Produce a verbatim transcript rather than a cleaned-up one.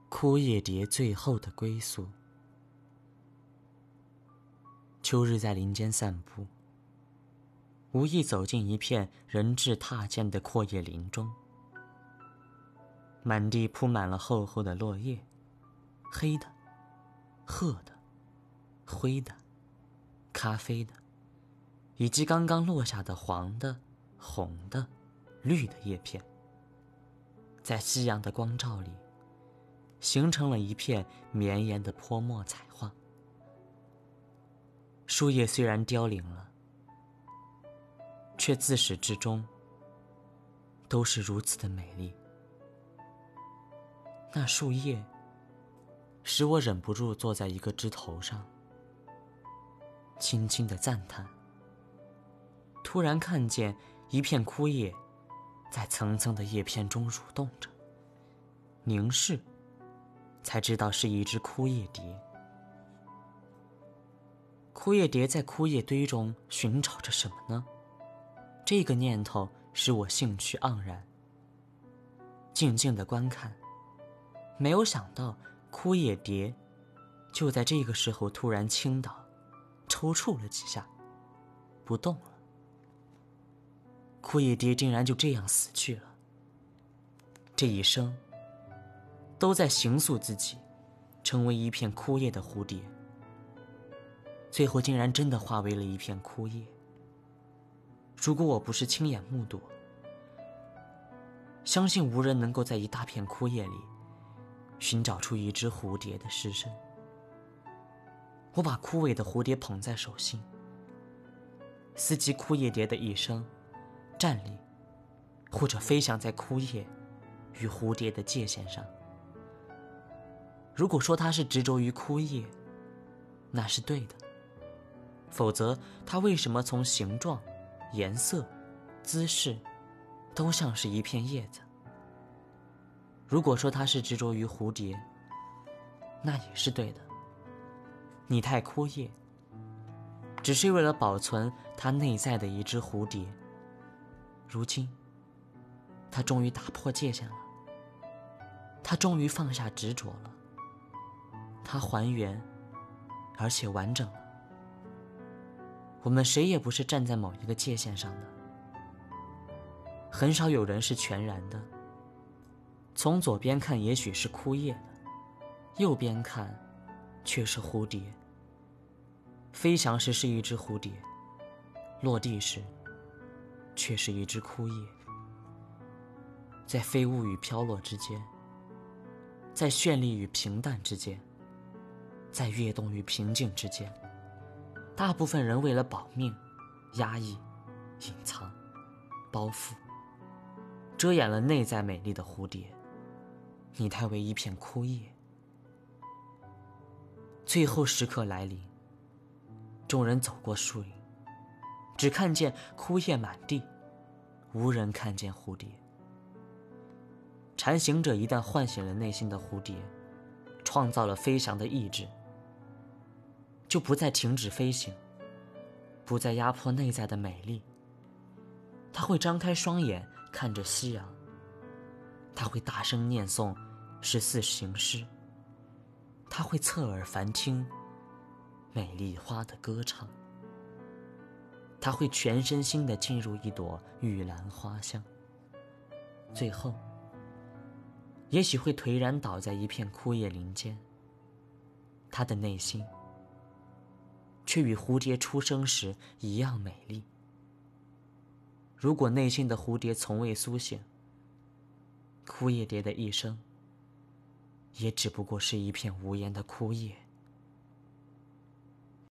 枯叶蝶最后的归宿。秋日在林间散步，无意走进一片人迹踏间的阔叶林中。满地铺满了厚厚的落叶，黑的、褐的、灰的、咖啡的，以及刚刚落下的黄的、红的、绿的叶片，在夕阳的光照里，形成了一片绵延的泼墨彩画。树叶虽然凋零了，却自始至终都是如此的美丽。那树叶使我忍不住坐在一个枝头上，轻轻地赞叹。突然看见一片枯叶在层层的叶片中蠕动着，凝视才知道是一只枯叶蝶。枯叶蝶在枯叶堆中寻找着什么呢？这个念头使我兴趣盎然，静静地观看。没有想到枯叶蝶就在这个时候突然倾倒，抽搐了几下，不动了。枯叶蝶竟然就这样死去了。这一生都在形塑自己，成为一片枯叶的蝴蝶，最后竟然真的化为了一片枯叶。如果我不是亲眼目睹，相信无人能够在一大片枯叶里寻找出一只蝴蝶的尸身。我把枯萎的蝴蝶捧在手心，思及枯叶蝶的一生，站立或者飞翔在枯叶与蝴蝶的界限上。如果说它是执着于枯叶，那是对的，否则它为什么从形状、颜色、姿势都像是一片叶子？如果说它是执着于蝴蝶，那也是对的。拟态枯叶只是为了保存它内在的一只蝴蝶，如今它终于打破界限了，它终于放下执着了，它还原而且完整了。我们谁也不是站在某一个界限上的，很少有人是全然的。从左边看也许是枯叶的，右边看却是蝴蝶。飞翔时是一只蝴蝶，落地时却是一只枯叶。在飞舞与飘落之间，在绚丽与平淡之间，在跃动与平静之间，大部分人为了保命，压抑、隐藏、包袱，遮掩了内在美丽的蝴蝶，拟态为一片枯叶。最后时刻来临，众人走过树林，只看见枯叶满地，无人看见蝴蝶。禅行者一旦唤醒了内心的蝴蝶，创造了飞翔的意志，就不再停止飞行，不再压迫内在的美丽。他会张开双眼看着夕阳，他会大声念诵十四行诗，他会侧耳繁听美丽花的歌唱，他会全身心地进入一朵玉兰花香，最后也许会颓然倒在一片枯叶林间。他的内心却与蝴蝶出生时一样美丽。如果内心的蝴蝶从未苏醒，枯叶蝶的一生也只不过是一片无言的枯叶。